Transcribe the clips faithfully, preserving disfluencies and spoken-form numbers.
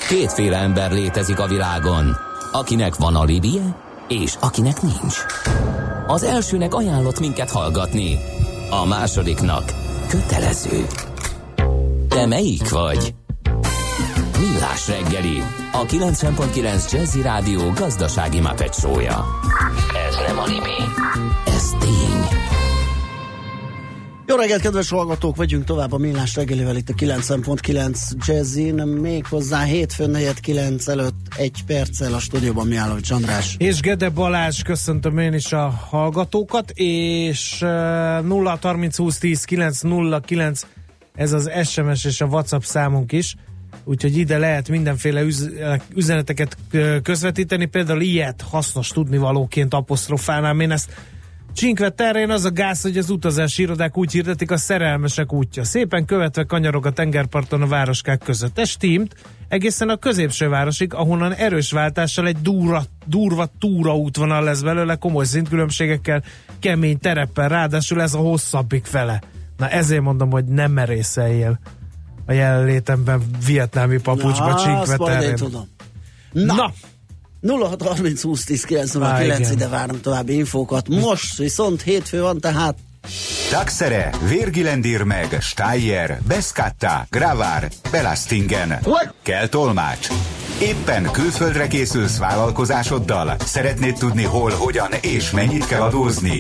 Kétféle ember létezik a világon, akinek van alibije, és akinek nincs. Az elsőnek ajánlott minket hallgatni, a másodiknak kötelező. Te melyik vagy? Millás reggeli, a kilencven pont kilenc Jazzy Rádió gazdasági Muppet show-ja. Ez nem anime, ez tény. Jó reggelt, kedves hallgatók! Vagyunk tovább a Millás reggelivel itt a kilencven pont kilenc Jazzin, méghozzá hétfőn negyed kilenc előtt egy perccel a stúdióban Mihálovics András. És Gede Balázs, köszöntöm én is a hallgatókat, és uh, nulla harminc húsz tíz kilenc nulla kilenc ez az es em es és a WhatsApp számunk is, úgyhogy ide lehet mindenféle üz- üzeneteket közvetíteni, például ilyet hasznos tudnivalóként apostrofálnám én ezt. Cinque Terrén az a gáz, hogy az utazási irodák úgy hirdetik, a szerelmesek útja. Szépen követve kanyarog a tengerparton a városkák között. Ez stimmt, egészen a középső városig, ahonnan erős váltással egy durva, durva túraútvonal lesz belőle, komoly szintkülönbségekkel, kemény tereppel, ráadásul ez a hosszabbik fele. Na ezért mondom, hogy nem merészeljél a jelenlétemben vietnámi papucsba Cinque Terrén. Na! Na. nulla hat harminc húsz tíz kilenc nulla kilenc, ide várom további infókat. Most viszont hétfő van, tehát Taxere, Virgilendir meg, Steyr, Beskatta, Gravár, Belastingen. Kell tolmács. Éppen külföldre készülsz vállalkozásoddal? Szeretnéd tudni hol, hogyan és mennyit kell adózni?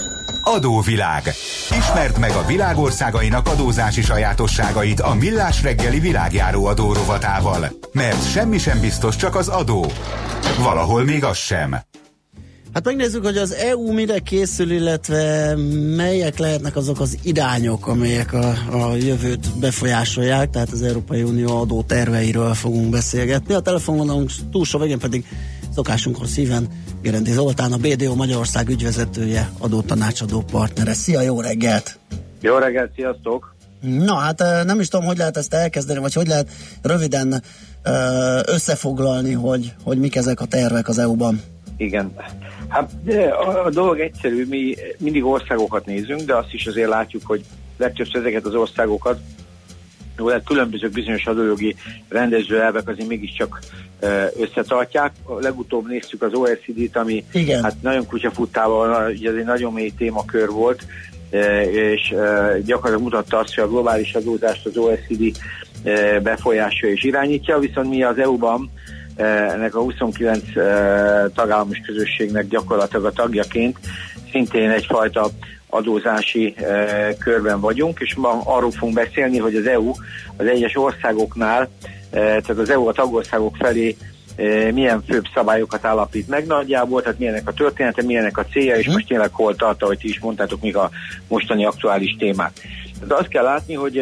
Adóvilág. Ismerd meg a világországainak adózási sajátosságait a Millás reggeli világjáró adó rovatával. Mert semmi sem biztos, csak az adó. Valahol még az sem. hát megnézzük, hogy az é u mire készül, illetve melyek lehetnek azok az irányok, amelyek a, a jövőt befolyásolják, tehát az Európai Unió adó terveiről fogunk beszélgetni. A telefonvonalunk túlsó végén pedig szokásunkhoz szíven Gerendi Zoltán, a bé dé o Magyarország ügyvezetője, adótanácsadó partnere. Szia, jó reggelt! Jó reggelt, sziasztok! Na hát nem is tudom, hogy lehet ezt elkezdeni, vagy hogy lehet röviden összefoglalni, hogy, hogy mik ezek a tervek az é u-ban. Igen. Hát a dolog egyszerű, mi mindig országokat nézünk, de azt is azért látjuk, hogy legtöbbször ezeket az országokat, jó, hát különböző bizonyos adójogi rendező elvek azért mégiscsak összetartják. Legutóbb néztük az o e cé dét, ami igen, hát nagyon kutyafuttával, ugye ez egy nagyon mély témakör volt, és gyakorlatilag mutatta azt, hogy a globális adózást az o e cé dé befolyásolja és irányítja, viszont mi az é u-ban ennek a huszonkilenc tagállamos közösségnek gyakorlatilag a tagjaként szintén egyfajta adózási körben vagyunk, és ma arról fogunk beszélni, hogy az é u az egyes országoknál, tehát az é u a tagországok felé milyen főbb szabályokat állapít meg nagyjából, tehát milyenek a története, milyenek a célja, és most tényleg hol tart, ahogy ti is mondtátok, még a mostani aktuális témák. De azt kell látni, hogy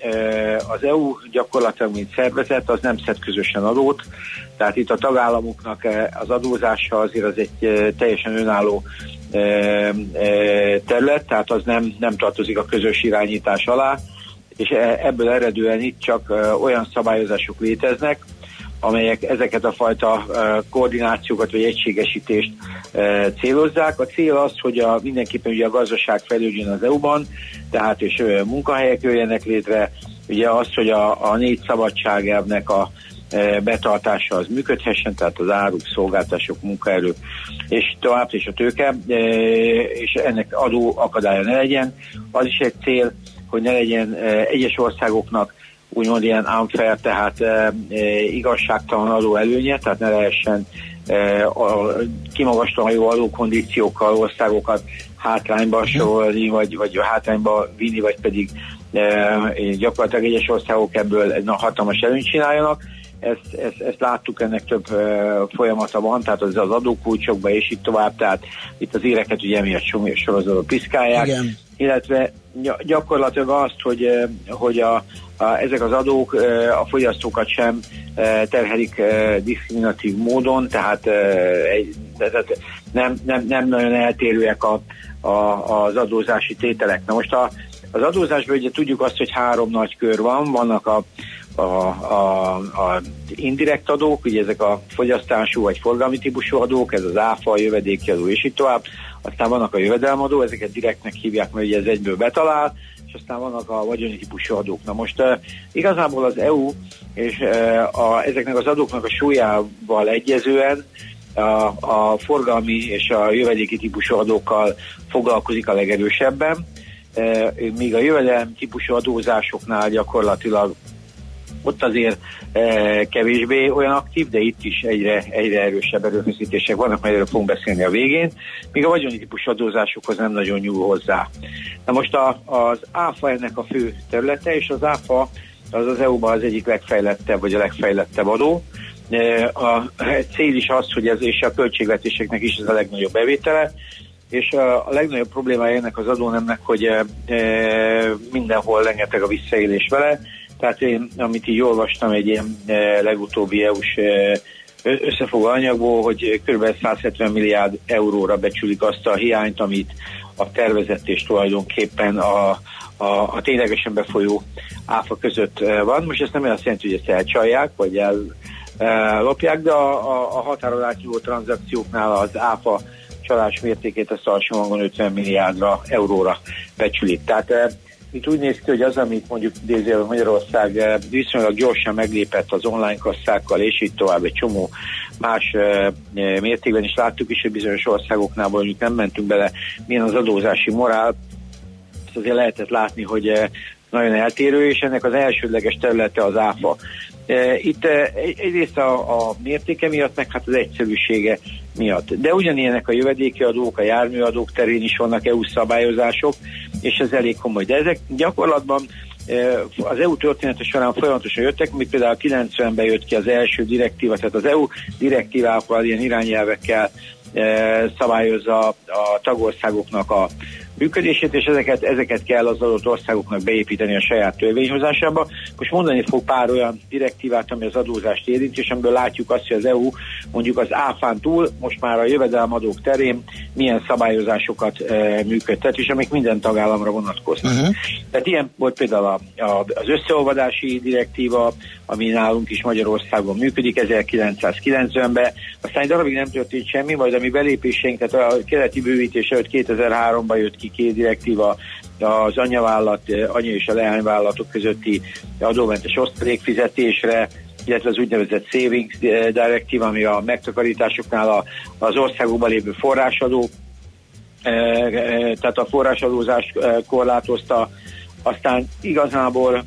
az é u gyakorlatilag, mint szervezet, az nem szed közösen adót, tehát itt a tagállamoknak az adózása azért az egy teljesen önálló terület, tehát az nem, nem tartozik a közös irányítás alá, és ebből eredően itt csak olyan szabályozások léteznek, amelyek ezeket a fajta koordinációkat vagy egységesítést célozzák. A cél az, hogy a, mindenképpen ugye a gazdaság fejlődjön az é u-ban, tehát és munkahelyek jöjjenek létre, ugye az, hogy a, a négy szabadságelvnek a betartása az működhessen, tehát az áruk, szolgáltatások, munkaerő, és tovább és a tőke, és ennek adó akadálya ne legyen. Az is egy cél, hogy ne legyen egyes országoknak úgymond ilyen unfair, tehát e, e, igazságtalan adó előnye, tehát ne lehessen e, a kimagaslóan jó adókondíciókkal országokat hátrányba sorolni, vagy, vagy hátrányba vinni, vagy pedig e, gyakorlatilag egyes országok ebből egy hatalmas előnyt csináljanak. Ezt, ezt, ezt láttuk, ennek több e, folyamata van, tehát az, az adókulcsokba és így tovább, tehát itt az éreket ugye emiatt sorozatba piszkálják, igen. Illetve gyakorlatilag azt, hogy, hogy a, a, ezek az adók a fogyasztókat sem terhelik diszkriminatív módon, tehát, tehát nem, nem, nem nagyon eltérőek a, a, az adózási tételek. Na most a, az adózásban ugye tudjuk azt, hogy három nagy kör van, vannak a A, a, a indirekt adók, ugye ezek a fogyasztású vagy forgalmi típusú adók, ez az áfa, a jövedéki adó és így tovább, aztán vannak a jövedelemadó, ezeket direktnek hívják, mert ugye ez egyből betalál, és és aztán vannak a vagyoni típusú adók. Na most uh, igazából az é u és uh, a, ezeknek az adóknak a súlyával egyezően a, a forgalmi és a jövedéki típusú adókkal foglalkozik a legerősebben, uh, míg a jövedelem típusú adózásoknál gyakorlatilag ott azért e, kevésbé olyan aktív, de itt is egyre, egyre erősebb erőfeszítések vannak, majd erről fogunk beszélni a végén, míg a vagyoni típusú adózásokhoz nem nagyon nyúl hozzá. Na most a, az áfa ennek a fő területe, és az áfa az az é u-ban az egyik legfejlettebb, vagy a legfejlettebb adó. E, a cél is az, hogy ez és a költségvetéseknek is ez a legnagyobb bevétele, és a, a legnagyobb problémája ennek az adónemnek, hogy e, mindenhol rengeteg a visszaélés vele. Tehát én, amit így olvastam egy ilyen e, legutóbbi é u-s e, összefogó anyagból, hogy kb. száz hetven milliárd euróra becsülik azt a hiányt, amit a tervezett és tulajdonképpen a, a, a ténylegesen befolyó áfa között van. Most ezt nem azt jelenti, hogy ezt elcsalják, vagy ellopják, de a, a, a határon átnyúló tranzakcióknál az áfa csalás mértékét ezt alsó hangon ötven milliárdra euróra becsülik. Tehát itt úgy néz ki, hogy az, amit mondjuk idézőjelben Magyarország viszonylag gyorsan meglépett az online kasszákkal, és így tovább egy csomó más mértékben is láttuk is, hogy bizonyos országoknál mondjuk nem mentünk bele, milyen az adózási morál, ezt azért lehetett látni, hogy nagyon eltérő, és ennek az elsődleges területe az áfa. Itt egyrészt a, a mértéke miatt, meg hát az egyszerűsége miatt. De ugyanilyenek a jövedéki adók, a járműadók terén is vannak é u szabályozások, és ez elég komoly. De ezek gyakorlatban az é u története során folyamatosan jöttek, mint például kilencvenben jött ki az első direktíva, tehát az é u direktívákkal, ilyen irányelvekkel szabályozza a tagországoknak a működését, és ezeket, ezeket kell az adott országoknak beépíteni a saját törvényhozásába. Most mondani fog pár olyan direktívát, ami az adózást érint, és amiből látjuk azt, hogy az é u mondjuk az áfán túl most már a jövedelemadók terén milyen szabályozásokat e, működtet, és amik minden tagállamra vonatkoznak. Uh-huh. Tehát ilyen volt például a, a, az összeolvadási direktíva, ami nálunk is Magyarországon működik ezerkilencszázkilencvenben, aztán egy darabig nem történt semmi, majd ami belépéseinket a keleti bővítés előtt kétezer-háromban jött ki két direktíva az anyavállalat, anya és a leányvállalatok közötti adómentes osztalékfizetésre, illetve az úgynevezett Savings Directive, ami a megtakarításoknál az országokban lévő forrásadó, tehát a forrásadózást korlátozta. Aztán igazából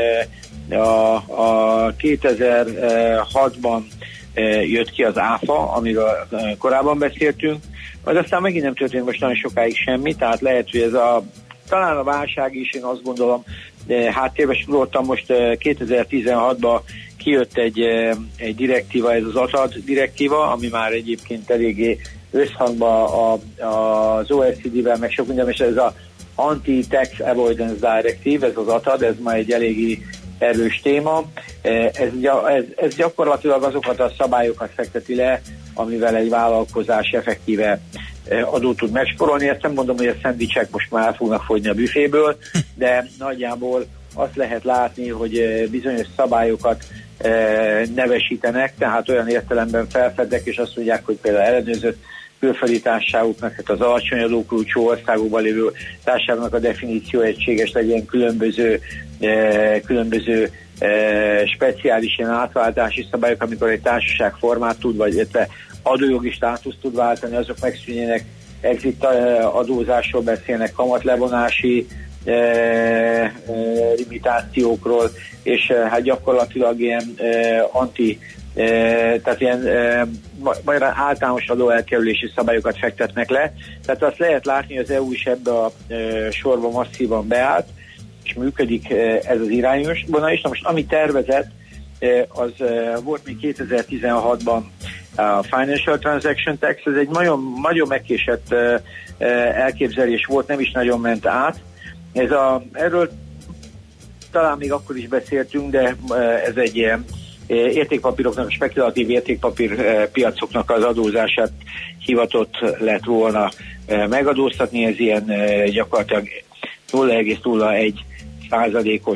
a, a kétezer-hatban jött ki az áfa, amiről korábban beszéltünk, majd aztán megint nem történt most nagyon sokáig semmi, tehát lehet, hogy ez a talán a válság is, én azt gondolom, de háttérbe soroltam, most kétezer-tizenhatban kijött egy, egy direktíva, ez az á té á dé direktíva, ami már egyébként eléggé összhangban a, a, az o e cé dé-vel, meg sok minden, és ez az Anti-Tax Avoidance Directive, ez az á té á dé, ez már egy eléggé erős téma. Ez, ez, ez gyakorlatilag azokat a szabályokat fekteti le, amivel egy vállalkozás effektíve adót tud megsporolni. Ezt nem mondom, hogy a szendvicsek most már el fognak fogyni a büféből, de nagyjából azt lehet látni, hogy bizonyos szabályokat nevesítenek, tehát olyan értelemben felfednek, és azt mondják, hogy például ellenőrzött külföldi társaságoknak, hát az alacsony adókulcsú országokban lévő társaságnak a definíció egységes legyen, különböző, különböző speciális ilyen átváltási szabályok, amikor egy társaság formát tud, vagy illetve adójogi státuszt tud váltani, azok megszűnjenek, exit adózásról beszélnek, kamatlevonási e, e, limitációkról, és e, hát gyakorlatilag ilyen e, anti, e, tehát ilyen e, majd általános adóelkerülési szabályokat fektetnek le. Tehát azt lehet látni, hogy az é u is ebbe a e, sorba masszívan beállt, és működik e, ez az irányos vonal is. Na most ami tervezett, e, az e, volt még kétezer-tizenhatban a Financial Transaction Tax, ez egy nagyon, nagyon megkésett uh, elképzelés volt, nem is nagyon ment át. Ez a, erről talán még akkor is beszéltünk, de uh, ez egy ilyen uh, értékpapíroknak, a spekulatív értékpapír uh, piacoknak az adózását hivatott lett volna uh, megadóztatni, ez ilyen uh, gyakorlatilag nulla egész nulla egy százalékos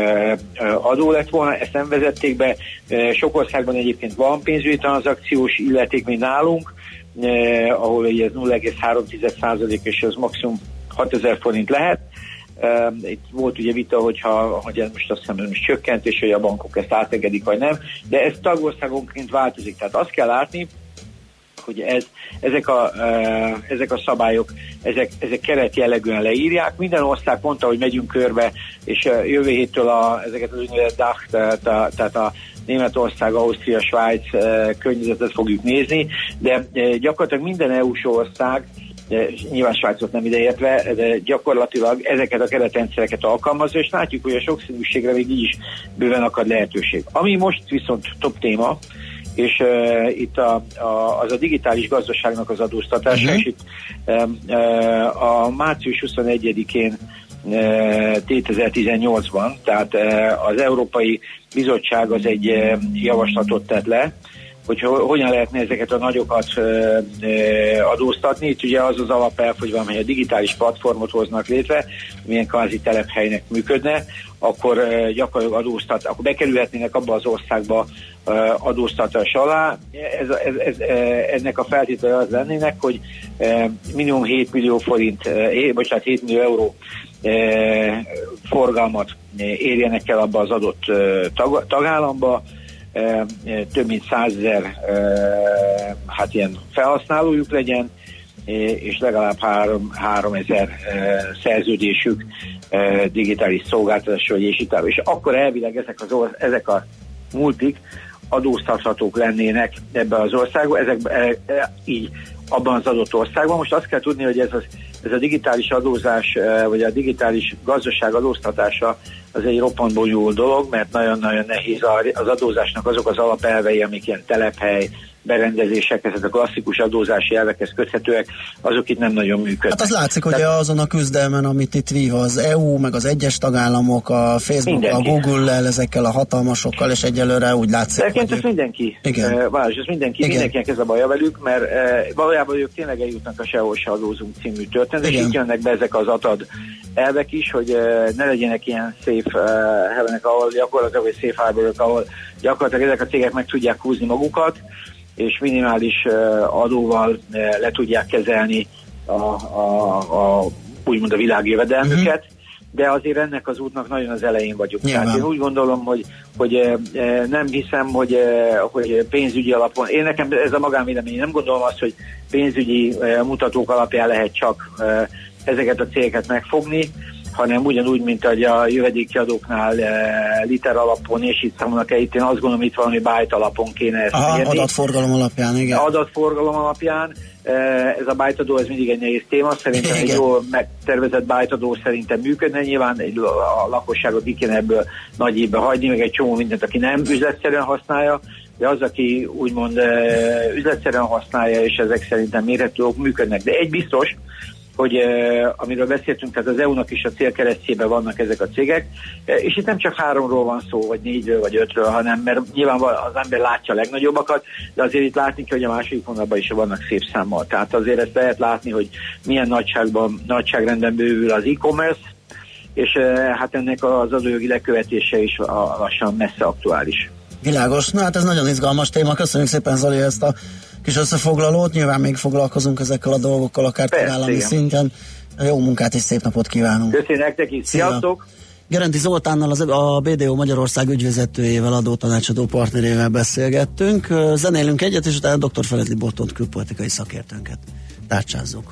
adó lett volna, ezt nem vezették be. Sok országban egyébként van pénzügyi tranzakciós illeték, mint nálunk, ahol ez nulla egész három százalék, és az maximum hatezer forint lehet. Itt volt ugye vita, hogyha, hogy ez most azt hiszem, most csökkent, és hogy a bankok ezt átengedik, vagy nem, de ez tagországonként változik. Tehát azt kell látni, hogy ez, ezek, a, ezek a szabályok, ezek, ezek keret jellegűen leírják. Minden ország mondta, hogy megyünk körbe, és jövő héttől a, ezeket az úgynevezett dé á cé, tehát a, tehát a Németország, Ausztria, Svájc környezetet fogjuk nézni, de gyakorlatilag minden é u-s ország, nyilván Svájcot nem ideértve, de gyakorlatilag ezeket a keretrendszereket alkalmazza, és látjuk, hogy a sokszínűségre még így is bőven akad lehetőség. Ami most viszont top téma, és uh, itt a, a, az a digitális gazdaságnak az adóztatása, uh-huh. és itt uh, a március huszonegyedikén uh, kétezer-tizennyolcban, tehát uh, az Európai Bizottság az egy uh, javaslatot tett le, hogy hogyan lehetne ezeket a nagyokat ö, ö, adóztatni. Itt ugye az az alapelv, hogy van, hogy a digitális platformot hoznak létre, milyen kvázi telephelynek működne, akkor ö, gyakorlatilag adóztat, akkor bekerülhetnének abba az országba ö, adóztatás alá. Ez, ez, ez, ennek a feltétele az lennének, hogy ö, minimum hét millió forint, ö, bocsánat, hét millió euró ö, forgalmat érjenek el abba az adott ö, tag, tagállamba, több mint százezer hát ilyen felhasználójuk legyen, és legalább három, háromezer szerződésük digitális szolgáltatásról, és itt és akkor elvileg ezek, az or, ezek a multik adóztathatók lennének ebben az országban, ezek e, e, így abban az adott országban. Most azt kell tudni, hogy ez, az, ez a digitális adózás, vagy a digitális gazdaság adóztatása az egy roppant bonyolult dolog, mert nagyon-nagyon nehéz az adózásnak azok az alapelvei, amik ilyen telephely, berendezések, ezek a klasszikus adózási elvekhez köthetőek, azok itt nem nagyon működnek. Hát az látszik, hogy Tehát, azon a küzdelmen, amit itt vív az é u, meg az egyes tagállamok, a Facebook, mindenki. A Google-lel, ezekkel a hatalmasokkal, és egyelőre úgy látszik, Egyébként ez mindenki. Igen. Válás, ez mindenki. Igen. Mindenkinek ez a baja velük, mert e, valójában ők tényleg eljutnak a sehol se adózunk című történet, és itt jönnek be ezek az atad elvek is, hogy e, ne legyenek ilyen safe e, hevenek, ahol gyakorlatilag, vagy safe harbor-ök, ahol gyakorlatilag ezek a cégek meg tudják húzni magukat, és minimális uh, adóval uh, le tudják kezelni a, a, a, úgymond a világjövedelmüket, uh-huh. de azért ennek az útnak nagyon az elején vagyunk. Nyilván. Tehát én úgy gondolom, hogy, hogy uh, nem hiszem, hogy, uh, hogy pénzügyi alapon, én nekem ez a magánvélemény, nem gondolom azt, hogy pénzügyi uh, mutatók alapján lehet csak uh, ezeket a cégeket megfogni, hanem ugyanúgy, mint hogy a jövedéki adóknál e, liter alapon, és itt számolnak el, itt én azt gondolom, itt valami byte alapon kéne ezt Aha, mérni. Adatforgalom alapján, igen. Adatforgalom alapján. E, ez a byte adó, ez mindig egy nehéz téma. Szerintem igen. Egy jól megtervezett byte adó szerintem működne. Nyilván egy, a lakosságot ki kéne ebből nagy évbe hagyni, meg egy csomó mindent, aki nem üzletszerűen használja, de az, aki úgymond e, üzletszerűen használja, és ezek szerintem mérhetők működnek. De egy biztos, hogy eh, amiről beszéltünk, tehát az é u-nak is a célkeresztjében vannak ezek a cégek, eh, és itt nem csak háromról van szó, vagy négyről, vagy ötről, hanem mert nyilván az ember látja a legnagyobbakat, de azért itt látni kell, hogy a második vonalban is vannak szép számmal. Tehát azért ezt lehet látni, hogy milyen nagyságban, nagyságrendben bővül az e-commerce, és eh, hát ennek az adójogi lekövetése is a, lassan messze aktuális. Világos, na hát ez nagyon izgalmas téma, köszönjük szépen Zoli ezt a kis összefoglalót, nyilván még foglalkozunk ezekkel a dolgokkal, akár tagállami szinten. Jó munkát és szép napot kívánunk! Köszönjük nektek is, sziasztok! Gerenti Zoltánnal, az, a bé dé o Magyarország ügyvezetőjével, adótanácsadó partnerével beszélgettünk. Zenélünk egyet, és utána dr. Feredli Bottont külpolitikai szakértőnket tárcsázzuk.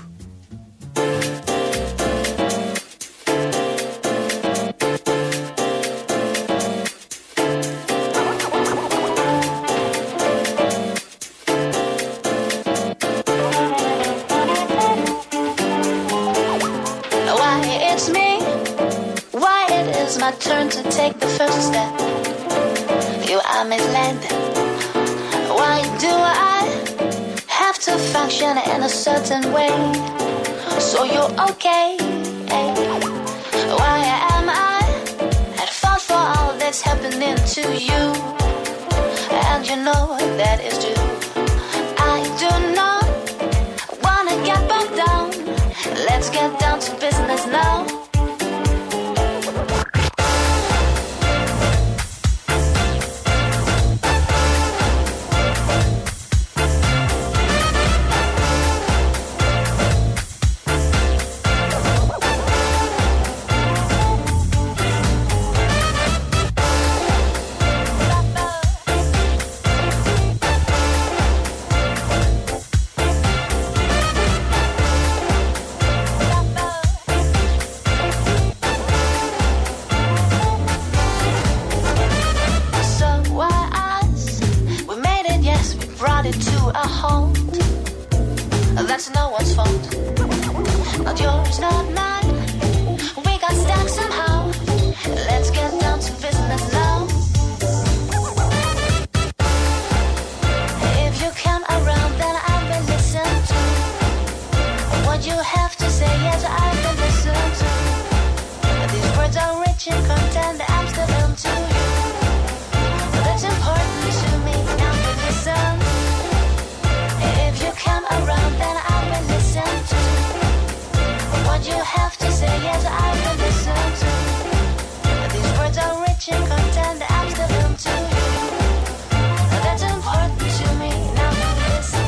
Turn to take the first step. You are misled. Why do I have to function in a certain way? So you're okay. Why am I at fault for all that's happening to you? And you know that is true. I do not wanna get bogged down. Let's get down to business now. hold. That's no one's fault. Not yours, not mine. We got stuck somehow. Let's get down to business now. If you come around, then I will listen to what you have to say. Yes, I will listen to. These words are rich in content. I'm still into you. That's important to me. Now you listen. If you come around, then I will listen to what you have to say. Yes, I will listen to. These words are rich in content. I'm still into you. That's important to me. Now you listen.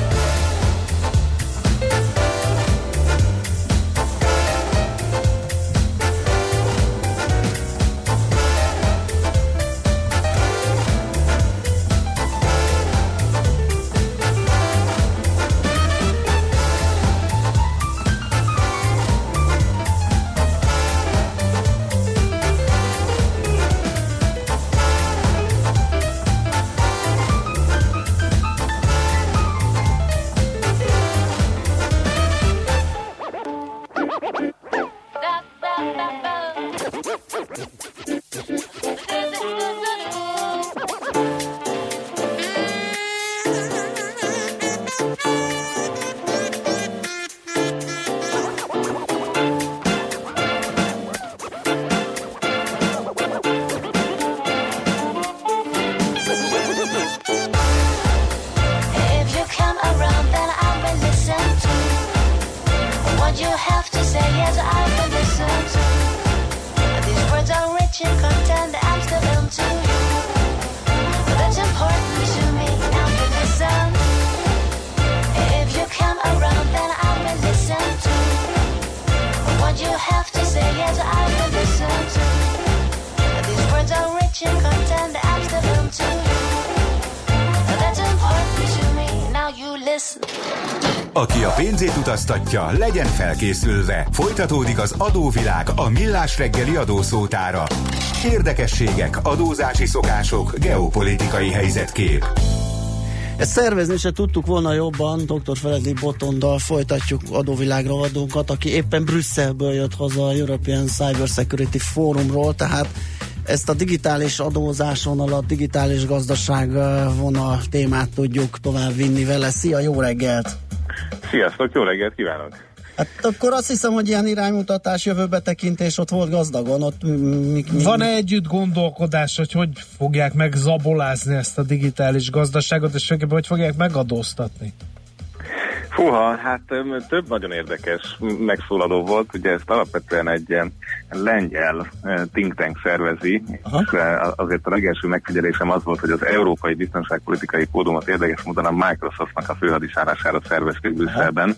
Aki a pénzét utaztatja, legyen felkészülve. Folytatódik az adóvilág, a millás reggeli adószótára. Érdekességek, adózási szokások, geopolitikai helyzetkép. Ezt szervezni se tudtuk volna jobban. doktor Feledi Botondal folytatjuk adóvilág rovadunkat, aki éppen Brüsszelből jött haza a European Cyber Security Forumról, tehát ezt a digitális adózás vonalat, digitális gazdaság vonal témát tudjuk tovább vinni vele. Szia, jó reggelt! Sziasztok, jó reggelt kívánok! Hát akkor azt hiszem, hogy ilyen iránymutatás, jövőbetekintés ott volt gazdagon. Ott mi, mi... Van-e együtt gondolkodás, hogy hogy fogják megzabolázni ezt a digitális gazdaságot, és hogy fogják megadóztatni? Fúha, hát több nagyon érdekes megszólaló volt, ugye ezt alapvetően egy ilyen lengyel think tank szervezi, és azért a legelső megfigyelésem az volt, hogy az Európai Biztonságpolitikai Fórumot érdekes módon a Microsoftnak a főhadiszállására szervezték Brüsszelben.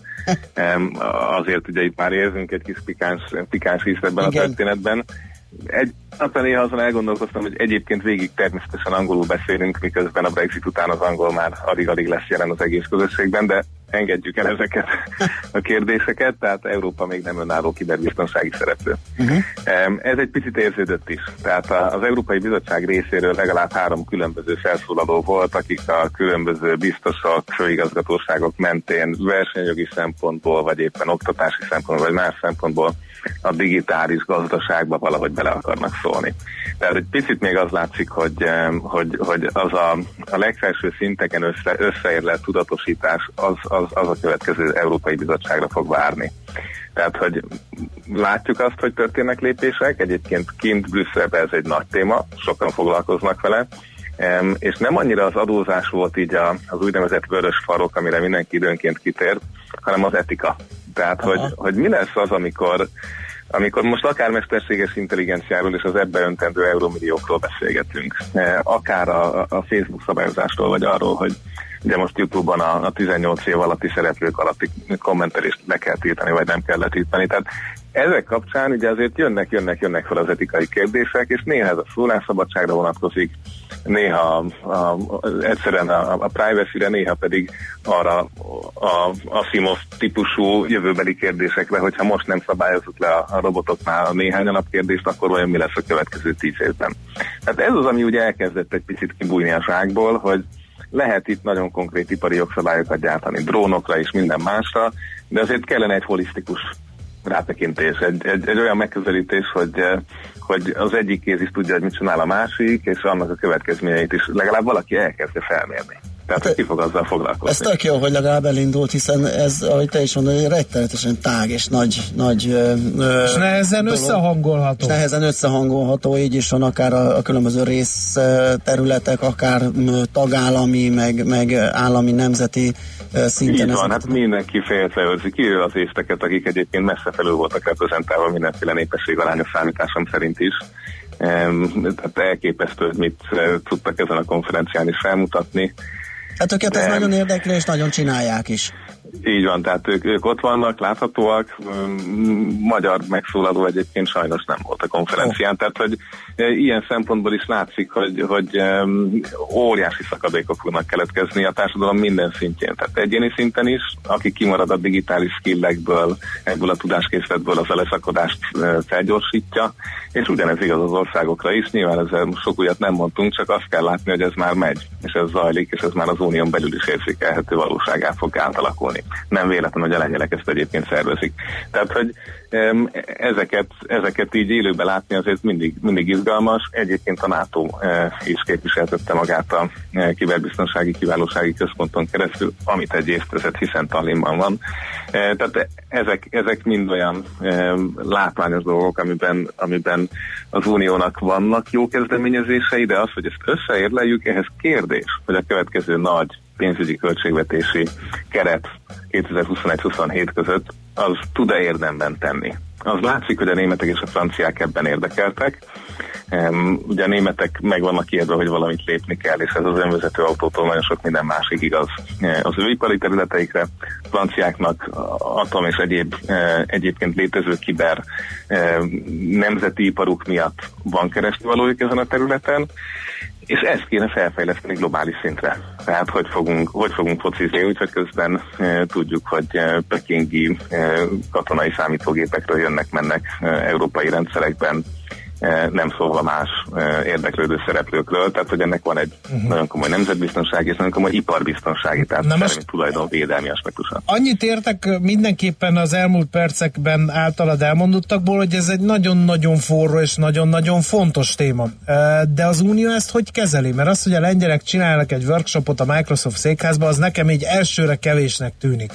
Azért ugye itt már érzünk egy kis pikáns, pikáns ízt ebben Igen. a történetben. Egy napra néha azon elgondolkoztam, hogy egyébként végig természetesen angolul beszélünk, miközben a Brexit után az angol már alig-alig lesz jelen az egész közösségben, de engedjük el ezeket a kérdéseket, tehát Európa még nem önálló kiberbiztonsági szereplő. Uh-huh. Ez egy picit érződött is. Tehát az Európai Bizottság részéről legalább három különböző felszólaló volt, akik a különböző biztosok, főigazgatóságok mentén versenyjogi szempontból, vagy éppen oktatási szempontból, vagy más szempontból a digitális gazdaságba valahogy bele akarnak szólni. Tehát egy picit még az látszik, hogy, hogy, hogy az a, a legfelső szinteken össze, összeérlelt tudatosítás az, az, az a következő Európai Bizottságra fog várni. Tehát, hogy látjuk azt, hogy történnek lépések, egyébként kint Brüsszelben ez egy nagy téma, sokan foglalkoznak vele, és nem annyira az adózás volt így az úgynevezett vörös farok, amire mindenki időnként kitér, hanem az etika. Tehát, hogy, hogy mi lesz az, amikor, amikor most akár mesterséges intelligenciáról és az ebbe öntendő euromilliókról beszélgetünk, akár a, a Facebook szabályozásról, vagy arról, hogy ugye most YouTube-on a, a tizennyolc év alatti szereplők alatti kommentelést le kell tiltani, vagy nem kell letiltani. Tehát ezek kapcsán ugye azért jönnek, jönnek, jönnek fel az etikai kérdések, és néha ez a szólásszabadságra vonatkozik, néha a, a, egyszerűen a, a privacy-re, néha pedig arra a Asimov típusú jövőbeli kérdésekre, hogyha most nem szabályozzuk le a, a robotoknál a néhány alapkérdést, akkor vajon mi lesz a következő tíz évben. Tehát ez az, ami ugye elkezdett egy picit kibújni a zsákból, hogy lehet itt nagyon konkrét ipari jogszabályokat gyártani, drónokra és minden másra, de azért kellene egy holisztikus rátekintés, egy, egy, egy olyan megközelítés, hogy, hogy az egyik kéz is tudja, hogy mit csinál a másik, és annak a következményeit is legalább valaki elkezdje felmérni. Tehát hát, ki fog azzal foglalkozni. Ez tök jó, hogy legalább elindult, hiszen ez, ahogy te is mondod, rettenetesen tág és nagy, nagy ö, és nehezen dolog, összehangolható. És nehezen összehangolható, így is van akár a, a különböző részterületek, akár tagállami, meg, meg állami, nemzeti szinten. Így van, hát mindenki félreőrzi, kivéve az észteket, akik egyébként messze felül voltak reprezentálva mindenféle népességarányos számításom szerint is. Tehát elképesztő, hogy mit tudtak ezen a konferencián is felmutatni. Hát őket ez nagyon érdekli, és nagyon csinálják is. Így van, tehát ők, ők ott vannak, láthatóak. Magyar megszólaló egyébként sajnos nem volt a konferencián, oh. tehát hogy ilyen szempontból is látszik, hogy, hogy óriási szakadékok fognak keletkezni a társadalom minden szintjén. Tehát egyéni szinten is, aki kimarad a digitális skillekből, ebből a tudáskészletből, az a leszakadást felgyorsítja, és ugyanez igaz az országokra is. Nyilván ezzel sok újat nem mondtunk, csak azt kell látni, hogy ez már megy, és ez zajlik, és ez már az unión belül is érzékelhető valóságá fog átalakulni. Nem véletlen, hogy a lengyelek ezt egyébként szervezik. Tehát, hogy um, ezeket, ezeket így élőben látni azért mindig, mindig izgalmas. Egyébként a NATO uh, is képviseltette magát a uh, kiberbiztonsági kiválósági központon keresztül, amit egy évtized, hiszen Tallinnban van. Uh, tehát ezek, ezek mind olyan uh, látványos dolgok, amiben, amiben az uniónak vannak jó kezdeményezései, de az, hogy ezt összeérleljük, ehhez kérdés, hogy a következő nagy pénzügyi költségvetési keret kétezer-huszonegy-huszonhét között az tud-e érdemben tenni. Az látszik, hogy a németek és a franciák ebben érdekeltek. Um, ugye a németek meg vannak írva, hogy valamit lépni kell, és ez az önvezető autótól nagyon sok minden másik igaz az ő ipari területeikre. Franciáknak atom és egyéb egyébként létező kiber nemzeti iparuk miatt van keresnivalójuk ezen a területen, és ezt kéne felfejleszteni globális szintre. Tehát hogy fogunk, hogy fogunk focizni, úgyhogy közben e, tudjuk, hogy e, pekingi e, katonai számítógépekről jönnek-mennek e, európai rendszerekben, e, nem szólva más e, érdeklődő szereplőkről, tehát hogy ennek van egy uh-huh. nagyon komoly nemzetbiztonsági és nagyon komoly iparbiztonsági, tehát szellemi tulajdonvédelmi aspektusa. Annyit értek mindenképpen az elmúlt percekben általad elmondottakból, hogy ez egy nagyon-nagyon forró és nagyon-nagyon fontos téma. De az Unió ezt hogy kezeli? Mert az, hogy a lengyelek csinálnak egy workshopot a Microsoft székházba, az nekem így elsőre kevésnek tűnik.